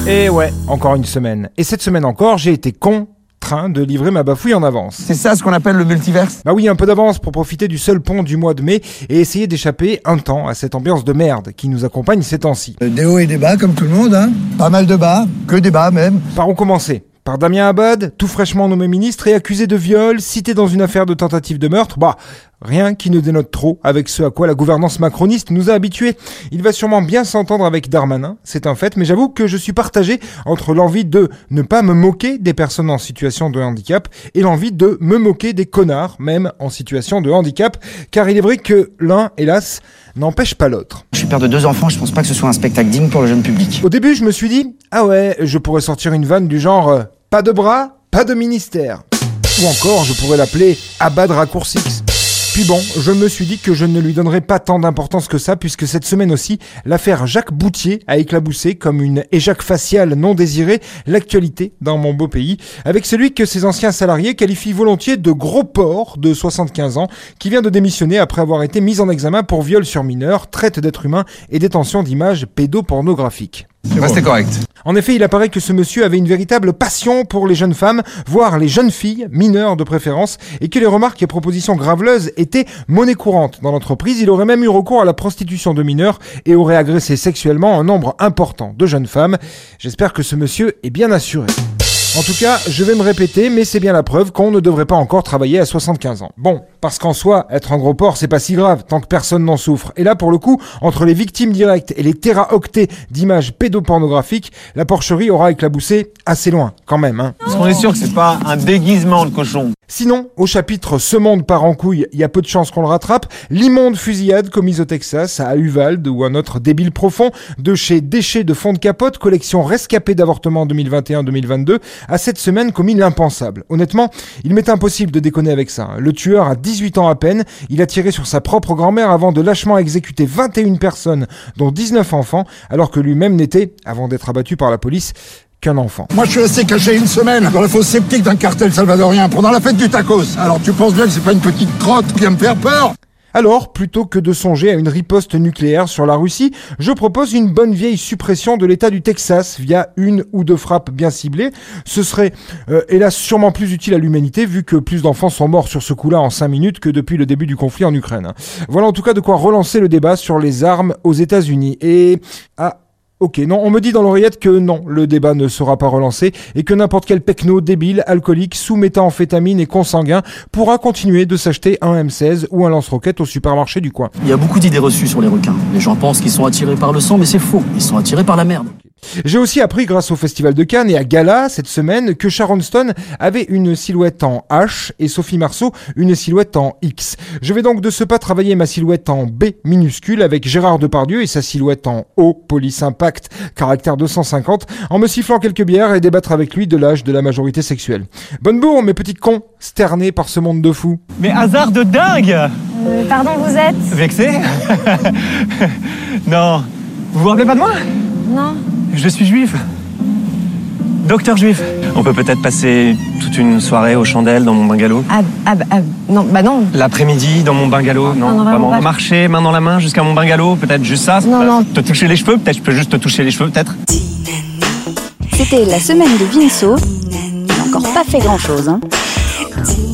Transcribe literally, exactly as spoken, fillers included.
Et ouais, encore une semaine. Et cette semaine encore, j'ai été contraint de livrer ma bafouille en avance. C'est ça ce qu'on appelle le multiverse? Bah oui, un peu d'avance pour profiter du seul pont du mois de mai et essayer d'échapper un temps à cette ambiance de merde qui nous accompagne ces temps-ci. Des hauts et des bas comme tout le monde, hein. Pas mal de bas, que des bas même. Par où commencer ? Par Damien Abad, tout fraîchement nommé ministre et accusé de viol, cité dans une affaire de tentative de meurtre. Bah, rien qui ne dénote trop avec ce à quoi la gouvernance macroniste nous a habitués. Il va sûrement bien s'entendre avec Darmanin, c'est un fait, mais j'avoue que je suis partagé entre l'envie de ne pas me moquer des personnes en situation de handicap et l'envie de me moquer des connards, même en situation de handicap, car il est vrai que l'un, hélas, n'empêche pas l'autre. Je suis père de deux enfants, je pense pas que ce soit un spectacle digne pour le jeune public. Au début, je me suis dit, ah ouais, je pourrais sortir une vanne du genre euh, pas de bras, pas de ministère. Ou encore, je pourrais l'appeler Abad Raccourcix. Puis bon, je me suis dit que je ne lui donnerais pas tant d'importance que ça, puisque cette semaine aussi, l'affaire Jacques Boutier a éclaboussé comme une éjac faciale non désirée l'actualité dans mon beau pays, avec celui que ses anciens salariés qualifient volontiers de gros porc de soixante-quinze ans, qui vient de démissionner après avoir été mis en examen pour viol sur mineur, traite d'êtres humains et détention d'images pédopornographiques. Restez correct. En effet, il apparaît que ce monsieur avait une véritable passion pour les jeunes femmes, voire les jeunes filles, mineures de préférence, et que les remarques et propositions graveleuses étaient monnaie courante dans l'entreprise. Il aurait même eu recours à la prostitution de mineurs et aurait agressé sexuellement un nombre important de jeunes femmes. J'espère que ce monsieur est bien assuré. En tout cas, je vais me répéter, mais c'est bien la preuve qu'on ne devrait pas encore travailler à soixante-quinze ans. Bon, parce qu'en soi, être un gros porc, c'est pas si grave, tant que personne n'en souffre. Et là, pour le coup, entre les victimes directes et les téraoctets d'images pédopornographiques, la porcherie aura éclaboussé assez loin, quand même, hein. Parce qu'on est sûr que c'est pas un déguisement de cochon. Sinon, au chapitre « Ce monde part en couille », il y a peu de chances qu'on le rattrape. L'immonde fusillade commise au Texas, à Uvalde, ou un autre débile profond, de chez Déchets de fond de capote, collection rescapée d'avortement deux mille vingt et un deux mille vingt-deux, a cette semaine commis l'impensable. Honnêtement, il m'est impossible de déconner avec ça. Le tueur a dix-huit ans à peine, il a tiré sur sa propre grand-mère avant de lâchement exécuter vingt et une personnes, dont dix-neuf enfants, alors que lui-même n'était, avant d'être abattu par la police, qu'un enfant. Moi je suis resté caché une semaine dans la fosse septique d'un cartel salvadorien pendant la fête du tacos. Alors tu penses bien que c'est pas une petite crotte qui va me faire peur? Alors, plutôt que de songer à une riposte nucléaire sur la Russie, je propose une bonne vieille suppression de l'État du Texas via une ou deux frappes bien ciblées. Ce serait, euh, hélas, sûrement plus utile à l'humanité vu que plus d'enfants sont morts sur ce coup-là en cinq minutes que depuis le début du conflit en Ukraine. Voilà en tout cas de quoi relancer le débat sur les armes aux États-Unis. Et... ah. Ok, non, on me dit dans l'oreillette que non, le débat ne sera pas relancé et que n'importe quel pecno débile, alcoolique, sous méthamphétamine et consanguin pourra continuer de s'acheter un M seize ou un lance-roquette au supermarché du coin. Il y a beaucoup d'idées reçues sur les requins. Les gens pensent qu'ils sont attirés par le sang, mais c'est faux. Ils sont attirés par la merde. J'ai aussi appris grâce au Festival de Cannes et à Gala cette semaine que Sharon Stone avait une silhouette en H et Sophie Marceau une silhouette en X. Je vais donc de ce pas travailler ma silhouette en B minuscule avec Gérard Depardieu et sa silhouette en O, police impact, caractère deux cent cinquante, en me sifflant quelques bières et débattre avec lui de l'âge de la majorité sexuelle. Bonne bourre, mes petits cons, sternés par ce monde de fous. Mais hasard de dingue. Euh, pardon, vous êtes ? Vexé? Non. Vous vous rappelez pas de moi? Non. Je suis juif. Docteur juif. On peut peut-être passer toute une soirée aux chandelles dans mon bungalow. Ah, ah, bah, ah non, bah non. L'après-midi dans mon bungalow. Non, non, non vraiment. pas. Marcher main dans la main jusqu'à mon bungalow. Peut-être juste ça. Non, non. Te toucher les cheveux. Peut-être je peux juste te toucher les cheveux, peut-être. C'était la semaine de Vinceau. Il n'a encore pas fait grand-chose, hein.